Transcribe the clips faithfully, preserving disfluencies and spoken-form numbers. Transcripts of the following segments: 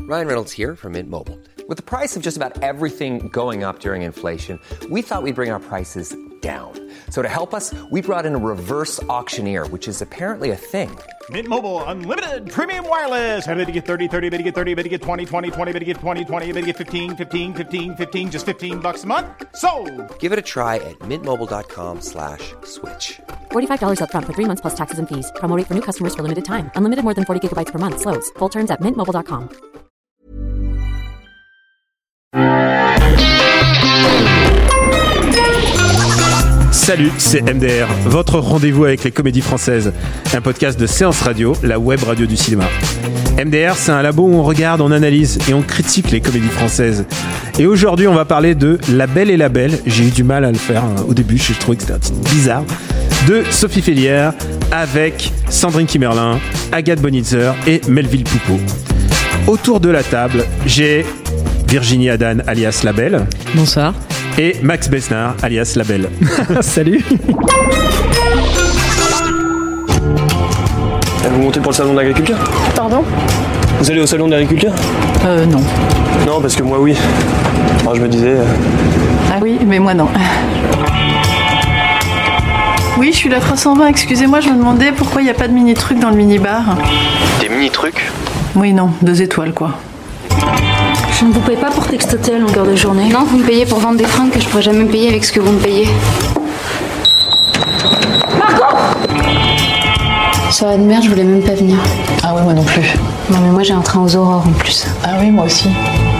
Ryan Reynolds here from Mint Mobile. With the price of just about everything going up during inflation, we thought we'd bring our prices down. So to help us, we brought in a reverse auctioneer, which is apparently a thing. Mint Mobile Unlimited Premium Wireless. How to get thirty, thirty, how to get thirty, how to get twenty, twenty, twenty, how to get twenty, twenty, how to get fifteen, fifteen, fifteen, fifteen, just fifteen bucks a month? Sold! Give it a try at mintmobile.com slash switch. forty-five dollars up front for three months plus taxes and fees. Promo rate for new customers for limited time. Unlimited more than forty gigabytes per month. Slows full terms at mint mobile dot com. Salut, c'est M D R, votre rendez-vous avec les comédies françaises. Un podcast de Séance Radio, la web radio du cinéma. M D R, c'est un labo où on regarde, on analyse et on critique les comédies françaises. Et aujourd'hui, on va parler de La Belle et la Belle. J'ai eu du mal à le faire hein, au début, je trouvais que c'était un petit peu bizarre. De Sophie Félière, avec Sandrine Kimerlin, Agathe Bonitzer et Melville Poupeau. Autour de la table, j'ai Virginie Adan, alias La Belle. Bonsoir. Et Max Besnard, alias La Belle. Salut. Vous montez pour le salon de l'agriculture ? Pardon ? Vous allez au salon de l'agriculture ? Euh, non. Non, parce que moi, oui. Alors, je me disais... Euh... Ah oui, mais moi, non. Oui, je suis la trois cent vingt, excusez-moi, je me demandais pourquoi il n'y a pas de mini-trucs dans le mini-bar. Des mini-trucs ? Oui, non, deux étoiles, quoi. Je ne vous paye pas pour textoter à longueur de journée. Non, vous me payez pour vendre des fringues que je pourrais jamais payer avec ce que vous me payez. Margot ! Ça va de merde, je voulais même pas venir. Ah oui, moi non plus. Non mais moi j'ai un train aux aurores en plus. Ah oui, moi aussi.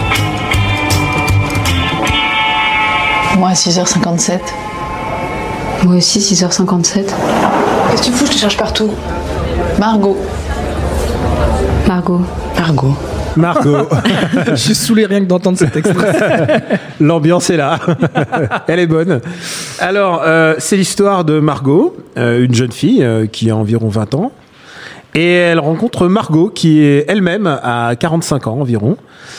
Moi à six heures cinquante-sept. Moi aussi, six heures cinquante-sept. Qu'est-ce que tu fous, je te cherche partout. Margot. Margot. Margot. Margot. Je suis saoulé rien que d'entendre cet extrait. L'ambiance est là. Elle est bonne. Alors, euh, c'est l'histoire de Margot, euh, une jeune fille euh, qui a environ vingt ans. Et elle rencontre Margot, qui est elle-même à quarante-cinq ans environ.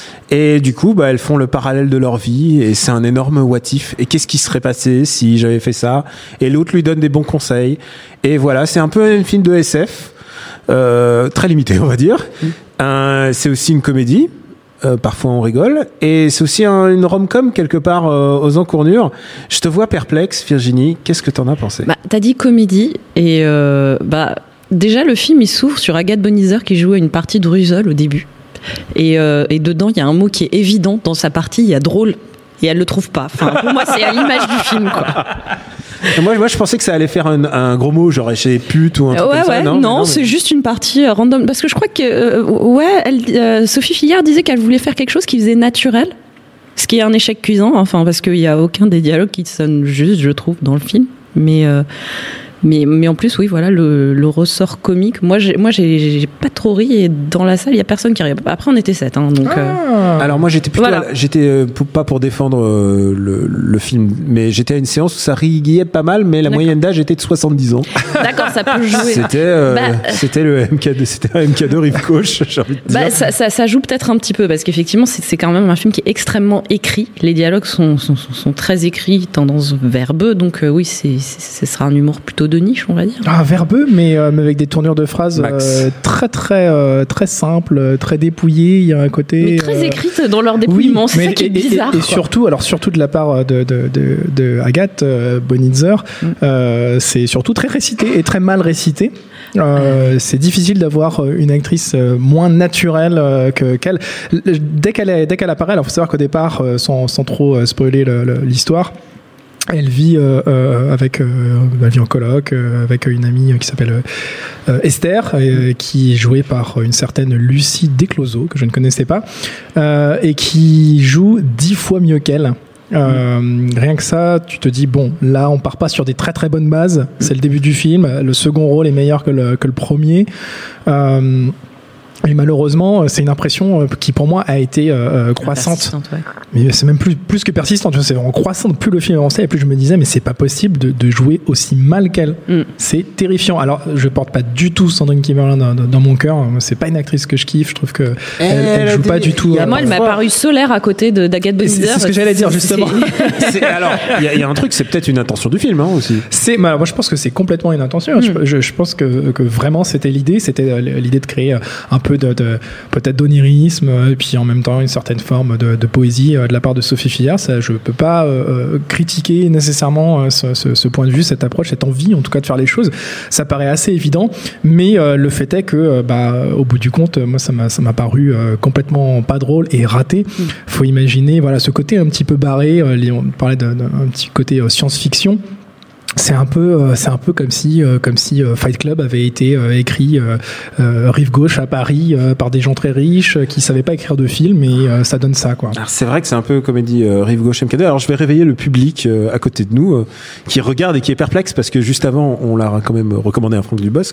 Et du coup, bah, elles font le parallèle de leur vie. Et c'est un énorme what if. Et qu'est-ce qui serait passé si j'avais fait ça ? Et l'autre lui donne des bons conseils. Et voilà, c'est un peu un film de S F. Euh, très limité, on va dire. Mmh. Euh, c'est aussi une comédie. Euh, parfois on rigole. Et c'est aussi un, une rom-com quelque part euh, aux encournures. Je te vois perplexe, Virginie. Qu'est-ce que t'en as pensé ? Bah, t'as dit comédie. Et euh, bah, déjà, le film, il s'ouvre sur Agathe Bonitzer qui joue à une partie de Rusol au début. Et, euh, et dedans, il y a un mot qui est évident dans sa partie. Il y a drôle. Et elle le trouve pas. Enfin, pour moi, c'est à l'image du film, quoi. Moi, moi, je pensais que ça allait faire un, un gros mot, genre chez pute ou un truc ouais, comme ouais, ça. Non, non, non c'est mais... juste une partie euh, random. Parce que je crois que, euh, ouais, elle, euh, Sophie Félière disait qu'elle voulait faire quelque chose qui faisait naturel. Ce qui est un échec cuisant, enfin, parce qu'il n'y a aucun des dialogues qui sonnent juste, je trouve, dans le film. Mais, euh, mais, mais en plus, oui, voilà, le, le ressort comique. Moi, j'ai, moi j'ai, j'ai pas trop ri et dans la salle, il n'y a personne qui rit. Après, on était sept, hein, donc. Ah. Euh... Alors, moi, j'étais plutôt. Voilà. À, j'étais euh, pour, pas pour défendre euh, le, le film, mais j'étais à une séance où ça riait pas mal, mais la D'accord. moyenne d'âge était de soixante-dix ans. D'accord, ça peut jouer. C'était, euh, bah, c'était le M K deux, c'était un M K deux rive gauche, j'ai envie de dire. Bah, ça, ça, ça joue peut-être un petit peu, parce qu'effectivement, c'est, c'est quand même un film qui est extrêmement écrit. Les dialogues sont, sont, sont, sont très écrits, tendance verbeux, donc euh, oui, c'est, c'est, ce sera un humour plutôt de niche, on va dire. Ah, verbeux, mais, euh, mais avec des tournures de phrases euh, très, très, euh, très simples, très dépouillées. Il y a un côté. Mais très euh... écrites dans leur dépouillement, oui, c'est ça qui est et, bizarre. Et, et surtout, alors surtout de la part de, de, de, de Agathe euh, Bonitzer, mm. euh, c'est surtout très récité et très mal récité. Euh, c'est difficile d'avoir une actrice moins naturelle euh, que, qu'elle. Dès qu'elle, est, dès qu'elle apparaît, alors il faut savoir qu'au départ, euh, sans, sans trop spoiler le, le, l'histoire, elle vit euh, euh, avec, euh, elle vit en coloc euh, avec une amie qui s'appelle euh, Esther, euh, qui est jouée par une certaine Lucie Descloseaux que je ne connaissais pas, euh, et qui joue dix fois mieux qu'elle. Euh, mmh. Rien que ça, tu te dis bon, là on part pas sur des très très bonnes bases. C'est le début du film. Le second rôle est meilleur que le, que le premier. Euh, Et malheureusement, c'est une impression qui pour moi a été euh, croissante. Ouais. Mais c'est même plus, plus que persistante. C'est vraiment croissante. Plus le film avançait, et plus je me disais, mais c'est pas possible de, de jouer aussi mal qu'elle. Mm. C'est terrifiant. Alors, je porte pas du tout Sandrine Kimerlin dans, dans mon cœur. C'est pas une actrice que je kiffe. Je trouve que elle, elle, elle joue des... pas du tout. Euh, moi, elle m'a paru solaire à côté de, d'Agathe Bonitzer. C'est, c'est ce que j'allais dire justement. C'est... c'est, alors, il y, y a un truc, c'est peut-être une intention du film hein, aussi. C'est, bah, moi, je pense que c'est complètement une intention. Mm. Je, je, je pense que, que vraiment, c'était l'idée. C'était l'idée de créer un peu peu de, de peut-être d'onirisme, et puis en même temps une certaine forme de, de poésie de la part de Sophie Fillard. Ça, je peux pas euh, critiquer nécessairement ce, ce, ce point de vue, cette approche, cette envie en tout cas de faire les choses. Ça paraît assez évident, mais euh, le fait est que euh, bah, au bout du compte, moi ça m'a, ça m'a paru euh, complètement pas drôle et raté. Mmh. Faut imaginer voilà, ce côté un petit peu barré, euh, on parlait d'un, d'un petit côté euh, science-fiction. C'est un peu, euh, c'est un peu comme si, euh, comme si euh, Fight Club avait été euh, écrit euh, euh, rive gauche à Paris euh, par des gens très riches euh, qui savaient pas écrire de film, et euh, ça donne ça, quoi. Alors c'est vrai que c'est un peu comédie euh, rive gauche M K deux. Alors je vais réveiller le public euh, à côté de nous euh, qui regarde et qui est perplexe parce que juste avant on l'a quand même recommandé à Franck Dubosc.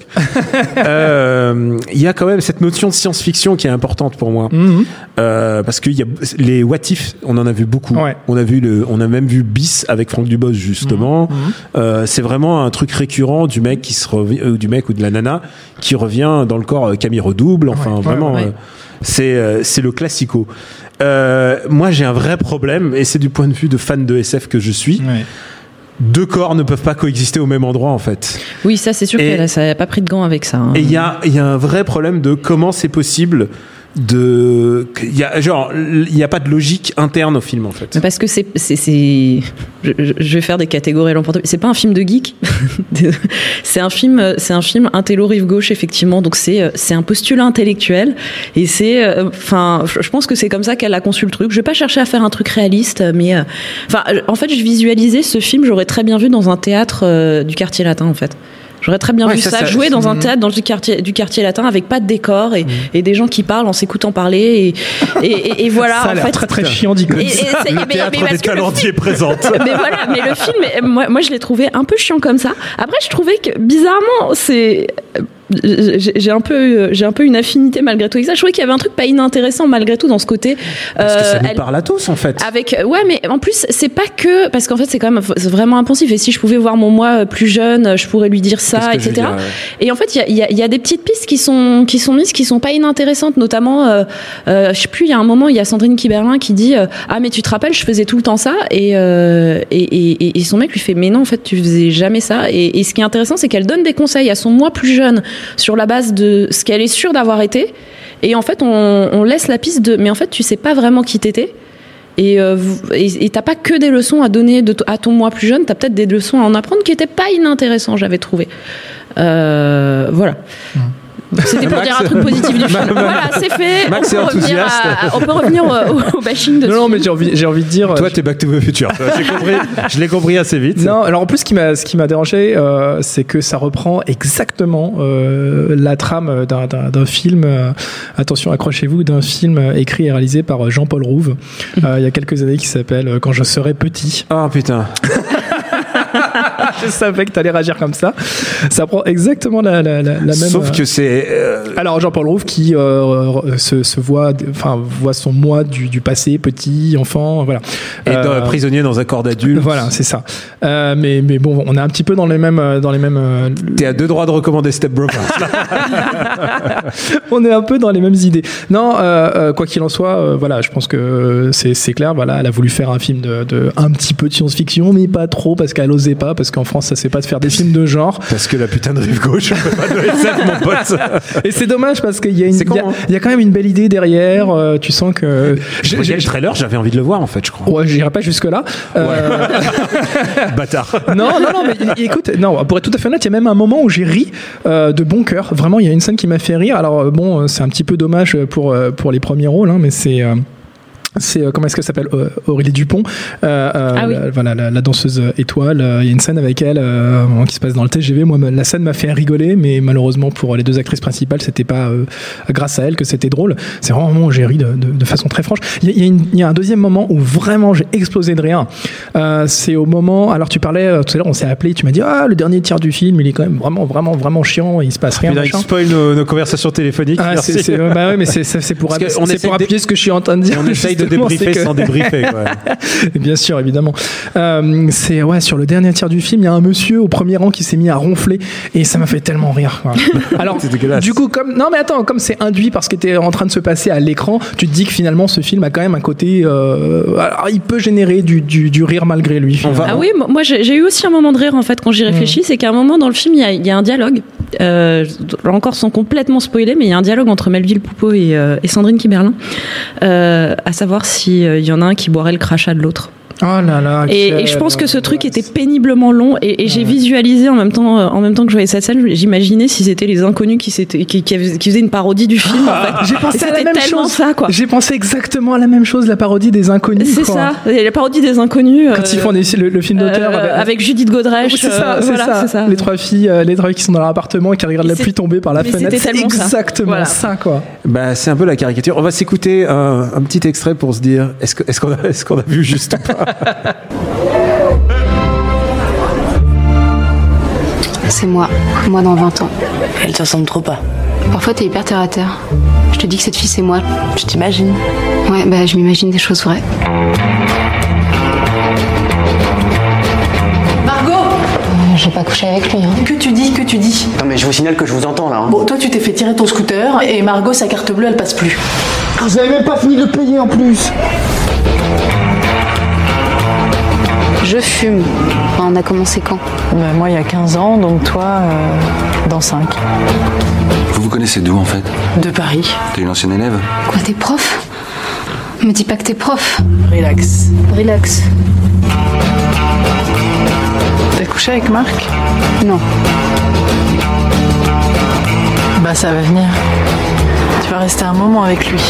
euh, Il y a quand même cette notion de science-fiction qui est importante pour moi, mm-hmm. euh, parce qu'il y a les what if, on en a vu beaucoup. Ouais. On a vu le, on a même vu Bis avec Franck Dubosc justement. Mm-hmm. Euh, Euh, c'est vraiment un truc récurrent du mec qui se revient, euh, du mec ou de la nana qui revient dans le corps euh, Camille redouble. Enfin, ouais, vraiment, ouais, ouais. Euh, c'est euh, c'est le classico. Euh, moi, j'ai un vrai problème, et c'est du point de vue de fan de S F que je suis. Ouais. Deux corps ne peuvent pas coexister au même endroit, en fait. Oui, ça, c'est sûr et, que ça n'a pas pris de gants avec ça. Hein. Et il y a il y a un vrai problème de comment c'est possible. De il y a genre il y a pas de logique interne au film en fait, parce que c'est c'est, c'est... Je, je vais faire des catégories à l'emporte. C'est pas un film de geek. c'est un film c'est un film intello rive gauche effectivement, donc c'est c'est un postulat intellectuel, et c'est enfin euh, je pense que c'est comme ça qu'elle a conçu le truc. Je vais pas chercher à faire un truc réaliste, mais enfin euh, en fait je visualisais ce film, j'aurais très bien vu dans un théâtre euh, du quartier latin en fait. J'aurais très bien ouais, vu ça, ça jouer dans un théâtre dans du quartier, du quartier latin avec pas de décor et, mmh. et des gens qui parlent en s'écoutant parler et, et, et, et voilà. Ça a en l'air fait, très très chiant dit comme ça. Le mais, théâtre mais des talendiers présente. Mais voilà, mais le film, moi, moi je l'ai trouvé un peu chiant comme ça. Après, je trouvais que bizarrement, c'est j'ai un peu j'ai un peu une affinité malgré tout avec ça. Je trouvais qu'il y avait un truc pas inintéressant malgré tout dans ce côté. Parce euh, que ça nous elle, parle à tous en fait. Avec ouais, mais en plus c'est pas que parce qu'en fait c'est quand même c'est vraiment impensif. Et si je pouvais voir mon moi plus jeune, je pourrais lui dire ça, et cetera. Dire, ouais. Et en fait il y a, y, a, y a des petites pistes qui sont qui sont mises qui sont pas inintéressantes, notamment euh, euh, je sais plus. Il y a un moment il y a Sandrine Kiberlin qui dit euh, ah mais tu te rappelles je faisais tout le temps ça et euh, et, et et son mec lui fait mais non en fait tu faisais jamais ça. Et, et ce qui est intéressant c'est qu'elle donne des conseils à son moi plus jeune sur la base de ce qu'elle est sûre d'avoir été, et en fait on, on laisse la piste de mais en fait tu sais pas vraiment qui t'étais, et, euh, et, et t'as pas que des leçons à donner de, à ton moi plus jeune, t'as peut-être des leçons à en apprendre qui étaient pas inintéressantes, j'avais trouvé. Euh, voilà. Mmh. C'était pour Max, dire un truc positif du film. Voilà, c'est fait. Max on, peut revenir à, on peut revenir au, au bashing de. Non, non, mais j'ai envie, j'ai envie de dire. Toi, t'es Back to the Future. J'ai compris. Je l'ai compris assez vite. Non, alors en plus, ce qui m'a, ce qui m'a dérangé, euh, c'est que ça reprend exactement euh, la trame d'un, d'un, d'un film. Euh, attention, accrochez-vous, d'un film écrit et réalisé par Jean-Paul Rouve. Euh, il y a quelques années, qui s'appelle Quand je serai petit. Oh putain. Je savais que t'allais réagir comme ça. Ça prend exactement la, la, la, la même. Sauf que c'est. Euh... Alors Jean-Paul Rouve qui euh, se, se voit, enfin voit son moi du, du passé, petit, enfant, voilà. Et euh, dans, prisonnier dans un corps d'adulte. Voilà, c'est ça. Euh, mais mais bon, on est un petit peu dans les mêmes dans les mêmes. Euh... T'es à deux droits de recommander Step Brothers. On est un peu dans les mêmes idées. Non, euh, euh, quoi qu'il en soit, euh, voilà, je pense que c'est c'est clair. Voilà, elle a voulu faire un film de, de un petit peu de science-fiction, mais pas trop parce qu'elle osait pas, parce qu'en France ça sait pas de faire des films de genre. Parce que la putain de rive gauche, on peut pas de S F, mon pote. Et c'est dommage parce qu'il y a une, il y, hein. y a quand même une belle idée derrière. Euh, tu sens que. J'ai, j'ai, le trailer, j'avais envie de le voir en fait, je crois. Ouais, j'irai pas jusque là. Ouais. Euh... Bâtard. Non, non, non, mais écoute, non, pour être tout à fait honnête, il y a même un moment où j'ai ri euh, de bon cœur. Vraiment, il y a une scène qui m'a fait rire. Alors bon, c'est un petit peu dommage pour pour les premiers rôles, hein, mais c'est. Euh... C'est euh, comment est-ce qu'elle s'appelle, Aurélie Dupont, euh, euh, ah oui. la, voilà la, la danseuse étoile. Il euh, y a une scène avec elle euh, qui se passe dans le T G V. Moi, la scène m'a fait rigoler, mais malheureusement pour les deux actrices principales, c'était pas euh, grâce à elle que c'était drôle. C'est vraiment un moment où j'ai ri de, de, de façon très franche. Il y, y, y a un deuxième moment où vraiment j'ai explosé de rire. Euh, c'est au moment. Alors tu parlais euh, tout à l'heure, on s'est appelé, tu m'as dit ah le dernier tiers du film, il est quand même vraiment vraiment vraiment chiant. Il se passe rien. Il spoil nos, nos conversations téléphoniques. Ah, c'est, c'est, bah ouais, mais c'est, c'est, c'est pour, ab- c'est pour appuyer dé- ce que je suis en train de dire. On essaye de débriefer que... sans débriefer quoi. Bien sûr, évidemment. Euh, c'est ouais, sur le dernier tiers du film, il y a un monsieur au premier rang qui s'est mis à ronfler et ça m'a fait tellement rire quoi. Alors du coup comme non mais attends, comme c'est induit par ce qui était en train de se passer à l'écran, tu te dis que finalement ce film a quand même un côté euh, alors, il peut générer du, du, du rire malgré lui. Ah oui, moi j'ai, j'ai eu aussi un moment de rire en fait quand j'y réfléchis, mmh. c'est qu'à un moment dans le film il y a, il y a un dialogue euh, encore sans complètement spoiler, mais il y a un dialogue entre Melville Poupeau et, euh, et Sandrine Kiberlin, euh, à savoir s'il euh, y en a un qui boirait le crachat de l'autre. Oh là là. Et, et je pense que ce truc était péniblement long et, et ouais. j'ai visualisé en même temps, en même temps que je voyais cette scène, j'imaginais si c'était les inconnus qui, qui, qui, qui faisaient une parodie du film. En fait. J'ai pensé à la même chose. Ça, quoi. J'ai pensé exactement à la même chose, la parodie des inconnus. C'est quoi. ça, la parodie des inconnus. Quand euh, ils font des, le, le film d'auteur euh, avec, avec Judith Godrèche. Oui, c'est ça, euh, c'est, voilà, ça. c'est ça. Les trois filles, euh, les trois filles qui sont dans leur appartement et qui regardent et la pluie tomber par la fenêtre. C'est exactement ça, ça quoi. Bah, c'est un peu la caricature. On va s'écouter un, un petit extrait pour se dire est-ce, que, est-ce, qu'on, a, est-ce qu'on a vu juste ou pas. C'est moi, moi dans vingt ans. Elle te ressemble trop pas. Parfois t'es hyper terre à terre. Je te dis que cette fille c'est moi. Je t'imagine. Ouais, bah je m'imagine des choses vraies. Margot euh, J'ai pas couché avec lui, hein. Que tu dis, que tu dis Non mais je vous signale que je vous entends là. Hein. Bon, toi tu t'es fait tirer ton scooter et Margot sa carte bleue elle passe plus. Vous avez même pas fini de le payer en plus. Je fume. Enfin, on a commencé quand ? Bah, moi, il y a quinze ans, donc toi, euh, dans cinq. Vous vous connaissez d'où, en fait ? De Paris. T'es une ancienne élève ? Quoi, t'es prof ? Me dis pas que t'es prof. Relax. Relax. T'as couché avec Marc ? Non. Bah, ça va venir. Tu vas rester un moment avec lui.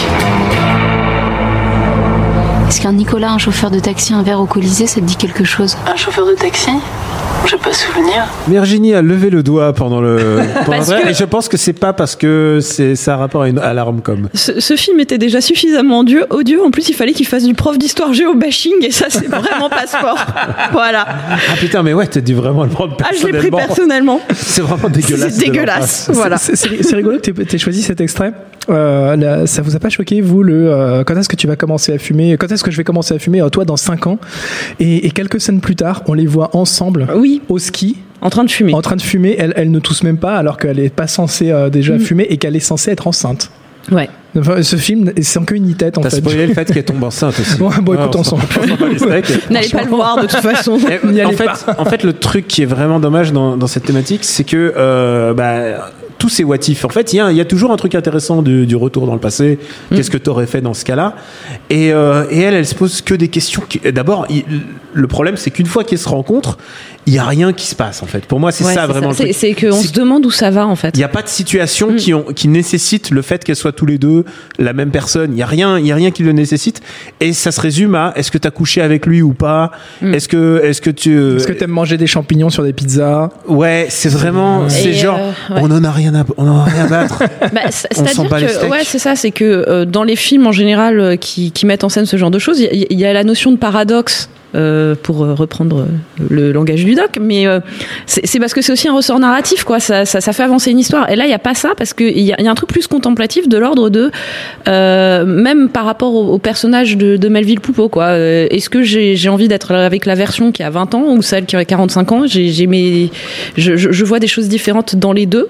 Est-ce qu'un Nicolas, un chauffeur de taxi, un verre au Colisée, ça te dit quelque chose ? Un chauffeur de taxi ? J'ai pas souvenir. Virginie a levé le doigt pendant le. Pendant vrai, que... Et je pense que c'est pas parce que c'est ça a rapport à, une, à la rom-com. Ce, ce film était déjà suffisamment odieux. odieux. En plus, il fallait qu'il fasse du prof d'histoire géo-bashing et ça, c'est vraiment pas sport. Voilà. Ah putain, mais ouais, t'as dû vraiment le prendre personnellement. Ah, je l'ai pris personnellement. C'est vraiment dégueulasse. C'est dégueulasse. Voilà. C'est, c'est, c'est rigolo que t'aies choisi cet extrait. Euh, là, ça vous a pas choqué, vous, le euh, quand est-ce que tu vas commencer à fumer ? Quand est-ce que je vais commencer à fumer ? euh, Toi, dans cinq ans. Et, et quelques scènes plus tard, on les voit ensemble oui. au ski. En train de fumer. En train de fumer. Elle, elle ne tousse même pas alors qu'elle n'est pas censée euh, déjà mmh. fumer et qu'elle est censée être enceinte. Ouais. Enfin, ce film, c'est que une tête en T'as fait. T'as spoilé le fait qu'elle tombe enceinte aussi. Ouais, bon, écoute, on s'en N'allez pas le voir de toute façon. en, fait, en fait, le truc qui est vraiment dommage dans, dans cette thématique, c'est que euh, bah, tous ces what if, en fait, il y, y a toujours un truc intéressant du, du retour dans le passé. Mm. Qu'est-ce que t'aurais fait dans ce cas-là ? Et, euh, et elle, elle se pose que des questions. Qui, d'abord, il, le problème, c'est qu'une fois qu'ils se rencontrent, il n'y a rien qui se passe, en fait. Pour moi, c'est ouais, ça c'est vraiment ça. le c'est, truc. C'est qu'on se demande où ça va, en fait. Il n'y a pas de situation mm. qui, ont, qui nécessite le fait qu'elles soient tous les deux la même personne. Il n'y a rien, il y a rien qui le nécessite. Et ça se résume à est-ce que tu as couché avec lui ou pas ? mm. Est-ce que, est-ce que tu. Est-ce que tu aimes manger des champignons sur des pizzas ? Ouais, c'est vraiment. Et c'est genre, euh, ouais. on n'en a rien à, on en a rien à battre. Bah, c'est-à-dire que, ouais, c'est ça, c'est que euh, dans les films en général euh, qui, qui mettent en scène ce genre de choses, il y, y a la notion de paradoxe. Euh, pour reprendre le langage du doc, mais euh, c'est, c'est parce que c'est aussi un ressort narratif, quoi. Ça, ça, ça fait avancer une histoire. Et là, il y a pas ça parce que il y, y a un truc plus contemplatif de l'ordre de euh, même par rapport au, au personnage de, de Melville Poupeau, quoi. Euh, est-ce que j'ai, j'ai envie d'être avec la version qui a vingt ans ou celle qui a quarante-cinq ans ? J'ai, j'ai mes, je, je, je vois des choses différentes dans les deux.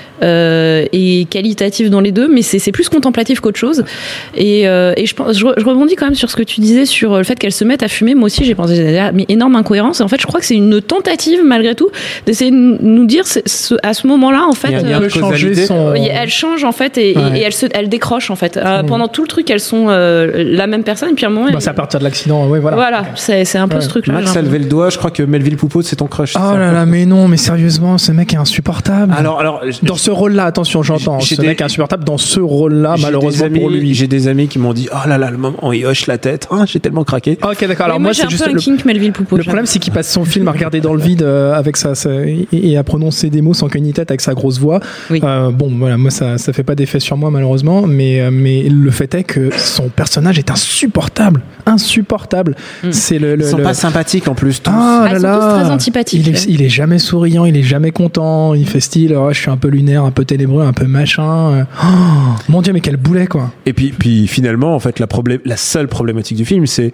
Euh, et qualitatif dans les deux, mais c'est, c'est plus contemplatif qu'autre chose. Et, euh, et je, pense, je, je rebondis quand même sur ce que tu disais sur le fait qu'elle se mette à fumer. Moi aussi, j'ai pensé, mais énorme incohérence. Et en fait, je crois que c'est une tentative, malgré tout, d'essayer de nous dire ce, à ce moment-là, en fait, elle euh, changer son... elle change en fait et, ouais. et, et elle se, elle décroche en fait. Euh, mmh. Pendant tout le truc, elles sont euh, la même personne. Et puis à un moment, bah, elle... c'est à partir de l'accident. Ouais, voilà. Voilà, c'est, c'est un peu ouais. ce truc-là. Max a levé le doigt. Je crois que Melville Poupeau, c'est ton crush. Oh là là, mais non, mais sérieusement, ce mec est insupportable. Alors, alors, dans ce rôle-là, attention. J'entends, j'ai ce des... mec est insupportable dans ce rôle-là, j'ai malheureusement amis, pour lui. J'ai des amis qui m'ont dit oh là là, le moment où il hoche la tête, oh, j'ai tellement craqué. Ok, d'accord. Alors moi, moi c'est un juste peu le, kink Melville Poupeau, le problème, c'est qu'il passe son film à regarder dans le vide euh, avec sa, sa et, et à prononcer des mots sans queue ni tête avec sa grosse voix. Oui. Euh, bon, voilà, moi ça, ça fait pas d'effet sur moi malheureusement, mais mais le fait est que son personnage est insupportable, insupportable. Mm. C'est le, le, ils sont le... pas sympathiques en plus. Tous. Ah, ah là ils là. sont tous très antipathiques. Il est, il est jamais souriant, il est jamais content. Il fait style, oh, je suis un peu lunaire, un peu ténébreux, un peu machin. Oh, mon Dieu, mais quel boulet quoi. Et puis, puis finalement, en fait, la, problème, la seule problématique du film, c'est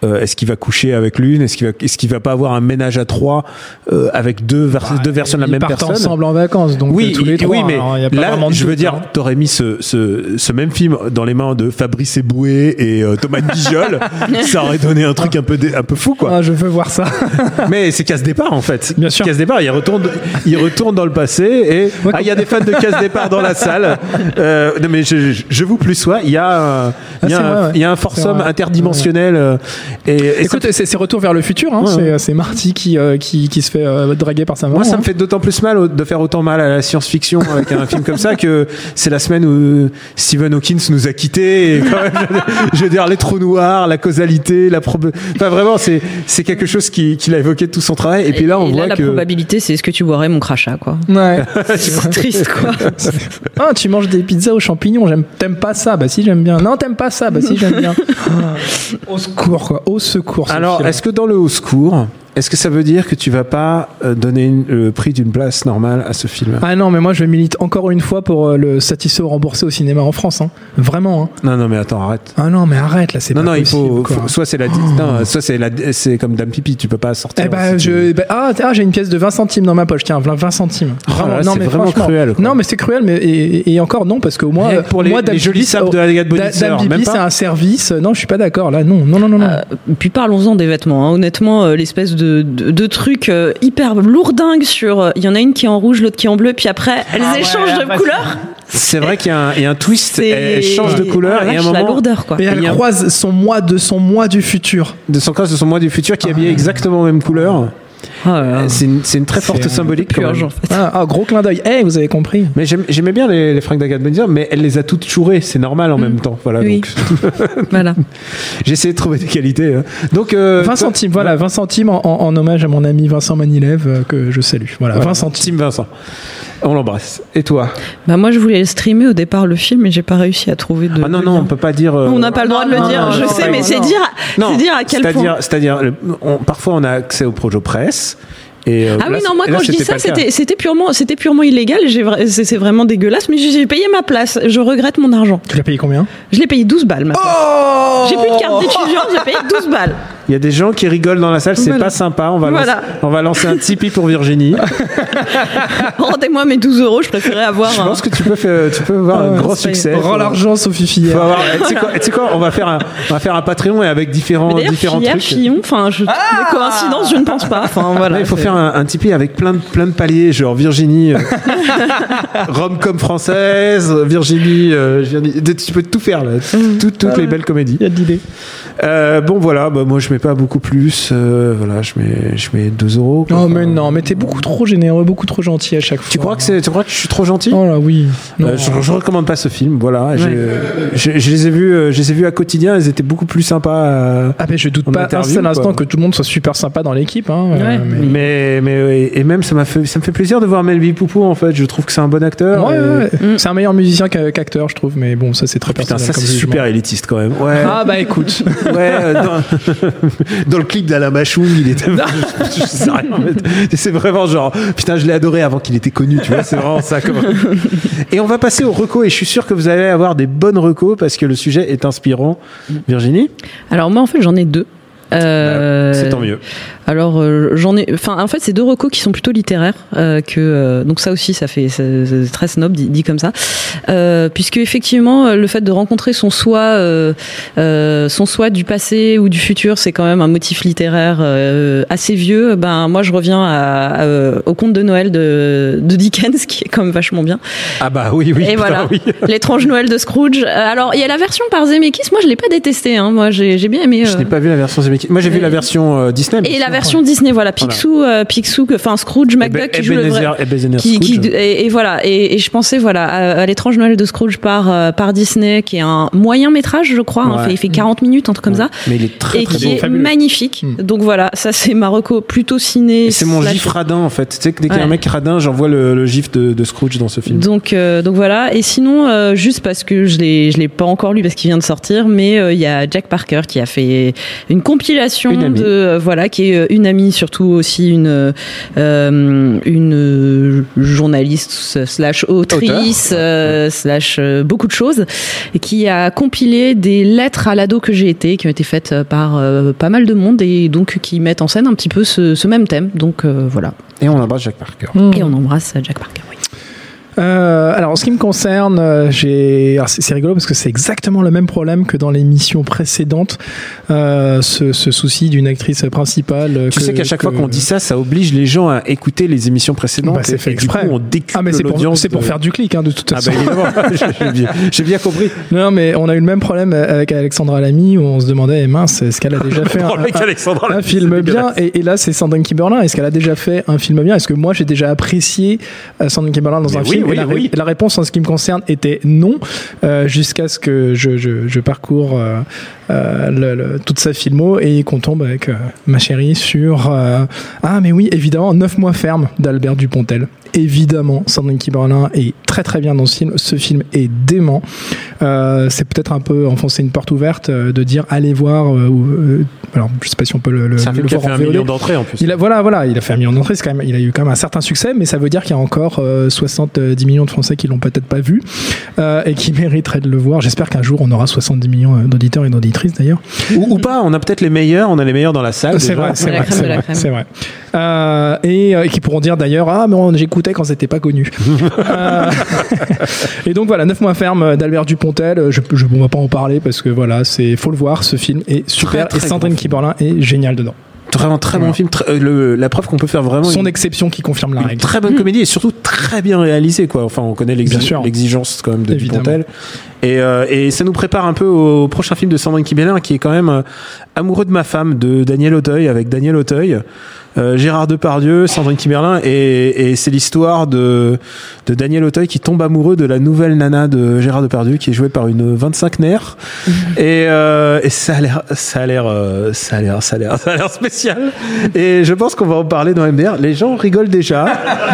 euh, est-ce qu'il va coucher avec l'une, est-ce qu'il va, est-ce qu'il va pas avoir un ménage à trois euh, avec deux, vers- Bah, deux versions de la ils même partent personne. ensemble en vacances, donc Oui, euh, tous les trois. oui, mais alors, y a pas là, vraiment de je veux doute, dire, hein. t'aurais mis ce, ce, ce même film dans les mains de Fabrice Eboué et euh, Thomas Guignol, ça aurait donné un truc un peu, dé- un peu fou, quoi. Ah, je veux voir ça. Mais c'est casse-départ, en fait. Bien sûr. Casse-départ, il retourne, il retourne dans le passé et Ouais, ah, il y a des fans de casse-départ dans la salle. Euh, non, mais je, je, je vous plus sois, il y a, un- il y a, Ah, c'est un, vrai, ouais. il y a un C'est foursome vrai. interdimensionnel. euh, Et, et Écoute, ça- c'est, c'est Retour vers le futur. Hein. Ouais, c'est, ouais. c'est Marty qui, euh, qui, qui se fait euh, draguer par sa maman. moi, ça hein. me fait d'autant plus mal au- de faire autant mal à la science-fiction avec un film comme ça que c'est la semaine où Stephen Hawking nous a quittés. Et quand même, je, je veux dire, les trous noirs, la causalité, la prob... Enfin, vraiment, c'est, c'est quelque chose qui, qu'il a évoqué de tout son travail. Et puis là, on Et voit la que. probabilité, c'est est-ce que tu boirais mon crachat, quoi. Ouais. C'est triste, quoi. Ah, tu manges des pizzas aux champignons, j'aime, t'aimes pas ça? Bah si, j'aime bien. Non, t'aimes pas ça? Bah si, j'aime bien. Ah, au secours, quoi. Au secours. ce Alors, film. est-ce que dans le haut secours, est-ce que ça veut dire que tu vas pas euh, donner une- le prix d'une place normale à ce film? Ah non, mais moi je milite encore une fois pour euh, le satisfait ou remboursé au cinéma en France. Hein. Vraiment. Hein. Non, non, mais attends, arrête. Ah non, mais arrête là, c'est Non, pas non, il possible, faut, quoi. faut- soit c'est la, non, soit c'est la, c'est comme Dame Pipi, tu peux pas sortir. Eh ben, si tu- je, ben, ah, ah, j'ai une pièce de vingt centimes dans ma poche. Tiens, vingt centimes. Oh là là, non, c'est mais vraiment franchement, cruel, quoi. Non, mais c'est cruel, mais et, et encore non, parce que moi, Rien que pour les- moi, les Dame jolis Bibi, sapes oh, de Agathe Da- Bonitzer, Dame Bibi, même pas c'est un service. Non, je suis pas d'accord. Là, non, non, non, non, non. Euh, puis parlons-en des vêtements. Hein. Honnêtement, euh, l'espèce de, de, de truc euh, hyper lourdingue sur. euh, Il y en a une qui est en rouge, l'autre qui est en bleu, puis après elles Ah ouais, échangent de bah, couleur. C'est vrai qu'il y a un, il y a un twist, C'est- elle change de couleur Ah, la et à un vache, la moment lourdeur, quoi. Et elle il y a- croise son moi de son moi du futur. de son cross de son moi du futur qui est habillé exactement la même couleur. Oh là là. C'est une, c'est une très forte C'est un symbolique. quand Purge, même. en fait. Ah, ah, gros clin d'œil. Eh, vous avez compris. Mais j'aime- j'aimais bien les, les fringues d'Agathe Bonitzer, mais elle les a toutes chourées, c'est normal en même temps. Voilà, Oui. donc Voilà. j'ai essayé de trouver des qualités. hein. Donc euh, vingt toi- centimes, voilà, vingt centimes en, en- en hommage à mon ami Vincent Manilev, euh, que je salue. Voilà, Voilà, vingt centimes. Team Vincent. On l'embrasse. Et toi? Bah moi, je voulais streamer au départ le film, mais j'ai pas réussi à trouver de. Ah non, de non, lien. on peut pas dire. euh, On n'a pas le droit de le non, dire, non, je non, sais, non, mais non. c'est dire, Non, c'est dire à quel c'est-à-dire, point. c'est-à-dire, le- on- parfois on a accès au projet presse. Et euh, Ah là, oui, non, moi et là, quand je dis c'était ça, pas le cas. c'était c'était purement, c'était purement illégal. J'ai vra- C'est c'est vraiment dégueulasse, mais j'ai j'ai payé ma place. Je regrette mon argent. Tu l'as payé combien? Je l'ai payé douze balles maintenant. Oh J'ai plus de carte d'étudiant, j'ai payé douze balles. Il y a des gens qui rigolent dans la salle, c'est Voilà. pas sympa. On va, Voilà. lancer, on va lancer un Tipeee pour Virginie. Rendez-moi mes douze euros, je préférais avoir. Je un- pense que tu peux faire, tu peux avoir un Ah, grand c'est- succès. Rends l'argent, Sophie Faut Fillère. avoir, tu sais quoi, tu sais quoi, on va faire un, on va faire un Patreon et avec différents, Mais d'ailleurs, différents filière, trucs. Fillon, enfin, je... Ah des coïncidences, je ne pense pas. Enfin, voilà. Là, il faut c'est- faire un, un Tipeee avec plein de, plein de paliers, genre Virginie, euh, rom-com française, Virginie, euh, Virginie- tu peux tout faire là, toutes, toutes les belles comédies. Il y a de l'idée. Euh, bon voilà, bah, moi je mets pas beaucoup plus, euh, voilà, je mets, je mets deux euros. quoi. Non, Enfin, mais non, mais t'es beaucoup trop généreux, beaucoup trop gentil à chaque fois. Tu crois que c'est, tu crois que je suis trop gentil? Oh là, oui. Non. Euh, je, je recommande pas ce film, voilà. j'ai- Je, je les ai vus, euh, je les ai vus à quotidien, ils étaient beaucoup plus sympas. à- Ah, mais je doute en pas un interview, seul instant quoi. que tout le monde soit super sympa dans l'équipe. Hein, euh, Ouais. mais- Mais, mais ouais, et même ça m'a fait, ça me fait plaisir de voir Melville Poupeau en fait. Je trouve que c'est un bon acteur. Ouais, et- ouais, ouais. C'est un meilleur musicien qu'a- qu'acteur, je trouve, mais bon, ça c'est très Putain, personnel. ça comme c'est jugement. super élitiste quand même. Ouais. Ah bah écoute. Ouais, euh, dans, dans le clip d'Alain Machoum, il était. je sais rien, en fait. C'est vraiment genre, putain, je l'ai adoré avant qu'il était connu, tu vois, c'est vraiment ça. Comme... Et on va passer aux recos, et je suis sûr que vous allez avoir des bonnes recos parce que le sujet est inspirant. Virginie? Alors moi, en fait, j'en ai deux. Euh, C'est tant mieux. Alors euh, j'en ai, enfin en fait c'est deux recos qui sont plutôt littéraires euh, que euh, donc ça aussi ça fait c'est, c'est très snob dit, dit comme ça euh, puisque effectivement le fait de rencontrer son soi euh, euh, son soi du passé ou du futur c'est quand même un motif littéraire euh, assez vieux. Ben moi je reviens à, à, euh, au conte de Noël de, de Dickens qui est quand même vachement bien. Ah bah oui oui. Et putain, voilà, oui. l'étrange Noël de Scrooge. Euh, Alors il y a la version par Zemeckis, moi je l'ai pas détesté, hein. Moi j'ai, j'ai bien aimé. Je euh, n'ai pas vu la version Zemeckis. Moi j'ai vu Et- la version euh, Disney. Et la version Disney, voilà, Picsou, euh, Picsou, que- enfin Scrooge McDuck qui joue le vrai, Ebenezer, Ebenezer qui, qui, Scrooge. et, et voilà, et, et je pensais voilà à, à l'étrange Noël de Scrooge par euh, par Disney, qui est un moyen métrage, je crois, hein, Ouais. fait- il fait quarante minutes, un truc comme ça, Mais il est très et très qui beau. est fabuleux. magnifique. Donc voilà, ça c'est ma reco plutôt ciné. Et c'est mon slash- gif radin en fait. Tu sais que dès qu'il y a un Ouais. mec radin, j'envoie le, le gif de, de Scrooge dans ce film. Donc, euh, donc voilà. Et sinon, euh, juste parce que je l'ai, je l'ai pas encore lu parce qu'il vient de sortir, mais euh, il y a Jack Parker qui a fait une compilation compilation Une amie. de euh, voilà qui est une amie, surtout aussi une euh, une journaliste slash autrice euh, slash euh, beaucoup de choses, et qui a compilé des lettres à l'ado que j'ai été, qui ont été faites par euh, pas mal de monde, et donc qui mettent en scène un petit peu ce, ce même thème. Donc euh, voilà. Et on embrasse Jack Parker. Mmh. Et on embrasse Jack Parker. Oui. Euh, alors, en ce qui me concerne, euh, j'ai. Alors, c'est, c'est rigolo parce que c'est exactement le même problème que dans l'émission précédente, euh, ce, ce souci d'une actrice principale. Tu que, sais qu'à chaque que... fois qu'on dit ça, ça oblige les gens à écouter les émissions précédentes. Bah, c'est et, fait et exprès. Du coup, on décuple ah, mais c'est l'audience. pour, c'est pour de... faire du clic, hein, de toute façon. Ah, bah évidemment, j'ai, bien, j'ai bien compris. Non, mais on a eu le même problème avec Alexandra Lamy où on se demandait, eh, mince, est-ce qu'elle a déjà fait un, un, un film bien, et, et là, c'est Sandrine Kiberlin. Est-ce qu'elle a déjà fait un film bien? Est-ce que moi, j'ai déjà apprécié Sandrine Kiberlin dans mais un oui, film? oui, et la, oui. la réponse en ce qui me concerne était non, euh, jusqu'à ce que je, je, je parcours euh, euh, le, le, toute sa filmo et qu'on tombe avec euh, ma chérie sur euh, ah mais oui, évidemment, neuf mois ferme d'Albert Dupontel. Évidemment, Sandrine Kiberlin est très très bien dans ce film. Ce film est dément. Euh, c'est peut-être un peu enfoncer une porte ouverte euh, de dire allez voir. Euh, euh, alors, je sais pas si on peut le, le, c'est un film le qui a voir fait en un V O D. million d'entrées en plus. Il a, voilà, voilà, il a fait un million d'entrées. C'est quand même, il a eu quand même un certain succès, mais ça veut dire qu'il y a encore euh, soixante-dix millions de Français qui l'ont peut-être pas vu euh, et qui mériteraient de le voir. J'espère qu'un jour on aura soixante-dix millions d'auditeurs et d'auditrices d'ailleurs. Ou, ou pas. On a peut-être les meilleurs. On a les meilleurs dans la salle. C'est déjà. vrai, c'est la vrai, crème c'est de la vrai, crème. c'est vrai. Euh, et, euh, et qui pourront dire d'ailleurs ah mais on, j'écoutais quand c'était pas connu. euh, et donc voilà, neuf mois ferme d'Albert Dupontel. Je, je on va pas en parler parce que voilà, c'est faut le voir, ce film est super. Très, très et Sandrine Kiberlin est géniale dedans. Vraiment très bon film. Très, le, la preuve qu'on peut faire vraiment son une, exception qui confirme la une règle. très bonne comédie et surtout très bien réalisée quoi. Enfin, on connaît l'exi- Bien sûr. l'exigence quand même de Évidemment. Dupontel. Et, euh, et ça nous prépare un peu au prochain film de Sandrine Kiberlin qui est quand même euh, Amoureux de ma femme de Daniel Auteuil avec Daniel Auteuil. Euh, Gérard Depardieu, Sandrine Kiberlin, et, et c'est l'histoire de, de Daniel Auteuil qui tombe amoureux de la nouvelle nana de Gérard Depardieu qui est jouée par une vingt-cinq nerfs. et, euh, et ça a l'air, ça a l'air, euh, ça a l'air, ça a l'air, ça a l'air spécial. Et je pense qu'on va en parler dans M D R. Les gens rigolent déjà.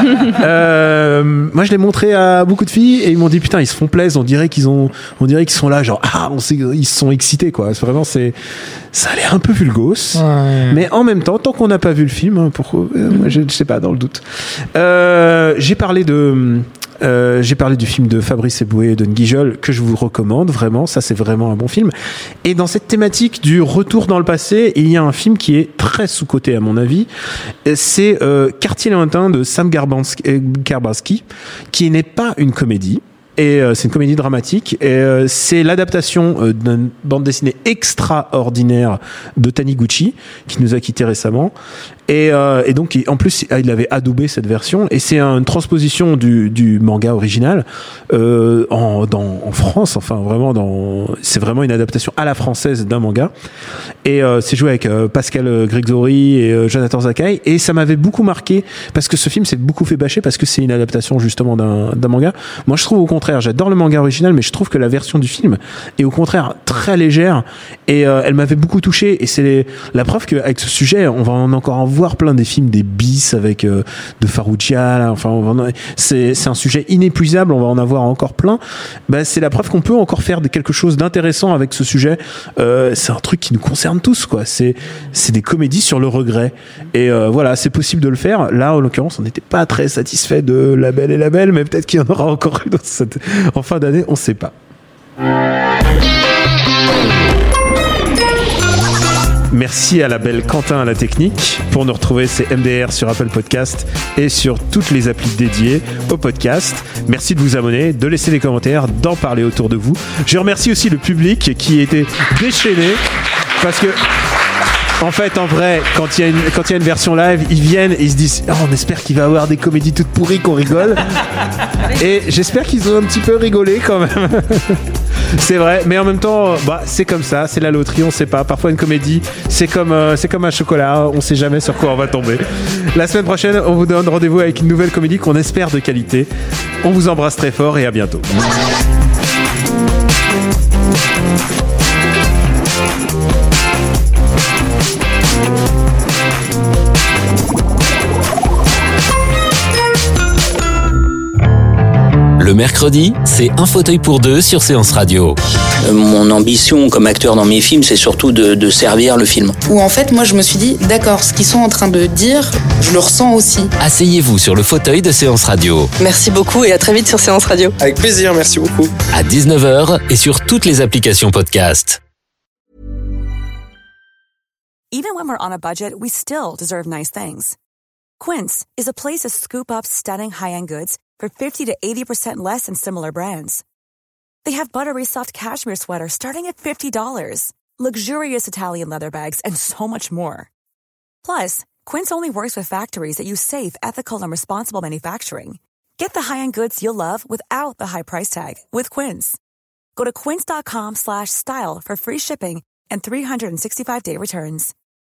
euh, moi, je l'ai montré à beaucoup de filles et ils m'ont dit putain, ils se font plaisir. On dirait qu'ils ont, on dirait qu'ils sont là, genre ah, on sait, ils se sont excités quoi. C'est vraiment, c'est, ça a l'air un peu vulgose, Ouais. mais en même temps, tant qu'on n'a pas vu le film. Pourquoi euh, moi, je ne sais pas, dans le doute. Euh, j'ai parlé de, euh, j'ai parlé du film de Fabrice Eboué et de Guijol que je vous recommande vraiment. Ça, c'est vraiment un bon film. Et dans cette thématique du retour dans le passé, il y a un film qui est très sous-coté à mon avis. C'est euh, Quartier lointain de Sam Garbansky, euh, Garbansky, qui n'est pas une comédie. Et euh, c'est une comédie dramatique. Et euh, c'est l'adaptation euh, d'une bande dessinée extraordinaire de Taniguchi, qui nous a quittés récemment. Et, euh, et donc, en plus, il avait adoubé cette version. Et c'est une transposition du, du manga original euh, en, dans, en France. Enfin, vraiment, dans, c'est vraiment une adaptation à la française d'un manga. Et euh, c'est joué avec euh, Pascal Gregori et euh, Jonathan Zakai. Et ça m'avait beaucoup marqué parce que ce film s'est beaucoup fait bâcher parce que c'est une adaptation justement d'un, d'un manga. Moi, je trouve au contraire, j'adore le manga original, mais je trouve que la version du film est au contraire très légère. Et euh, elle m'avait beaucoup touché. Et c'est les, la preuve qu'avec ce sujet, on va en encore en voir plein des films, des bis avec euh, de Farrugia, là, enfin, on va en, c'est, c'est un sujet inépuisable, on va en avoir encore plein. Bah, c'est la preuve qu'on peut encore faire de, quelque chose d'intéressant avec ce sujet. Euh, c'est un truc qui nous concerne tous, quoi. C'est, c'est des comédies sur le regret. Et euh, voilà, c'est possible de le faire. Là, en l'occurrence, on n'était pas très satisfait de La Belle et la Belle, mais peut-être qu'il y en aura encore une cette, en fin d'année, on sait pas. Merci à la belle Quentin à la technique. Pour nous retrouver, c'est M D R sur Apple Podcast et sur toutes les applis dédiées au podcast. Merci de vous abonner, de laisser des commentaires, d'en parler autour de vous. Je remercie aussi le public qui était déchaîné parce que en fait, en vrai, quand il y a une, quand il y a une version live, ils viennent et ils se disent oh, on espère qu'il va y avoir des comédies toutes pourries qu'on rigole. Et j'espère qu'ils ont un petit peu rigolé quand même. C'est vrai, mais en même temps, bah, c'est comme ça, c'est la loterie, on sait pas. Parfois une comédie, c'est comme, euh, c'est comme un chocolat, on sait jamais sur quoi on va tomber. La semaine prochaine, on vous donne rendez-vous avec une nouvelle comédie qu'on espère de qualité. On vous embrasse très fort et à bientôt. Le mercredi mercredi, c'est un fauteuil pour deux sur Séance Radio. Euh, mon ambition comme acteur dans mes films, c'est surtout de, de servir le film. Où en fait, moi, je me suis dit, d'accord, ce qu'ils sont en train de dire, je le ressens aussi. Asseyez-vous sur le fauteuil de Séance Radio. Merci beaucoup et à très vite sur Séance Radio. Avec plaisir, merci beaucoup. À dix-neuf heures et sur toutes les applications podcast. Even when we're on a budget, we still deserve nice things. Quince is a place to scoop up stunning high-end goods for fifty to eighty percent less than similar brands. They have buttery soft cashmere sweaters starting at fifty dollars, luxurious Italian leather bags, and so much more. Plus, Quince only works with factories that use safe, ethical, and responsible manufacturing. Get the high-end goods you'll love without the high price tag with Quince. Go to quince.com slash style for free shipping and three sixty-five day returns.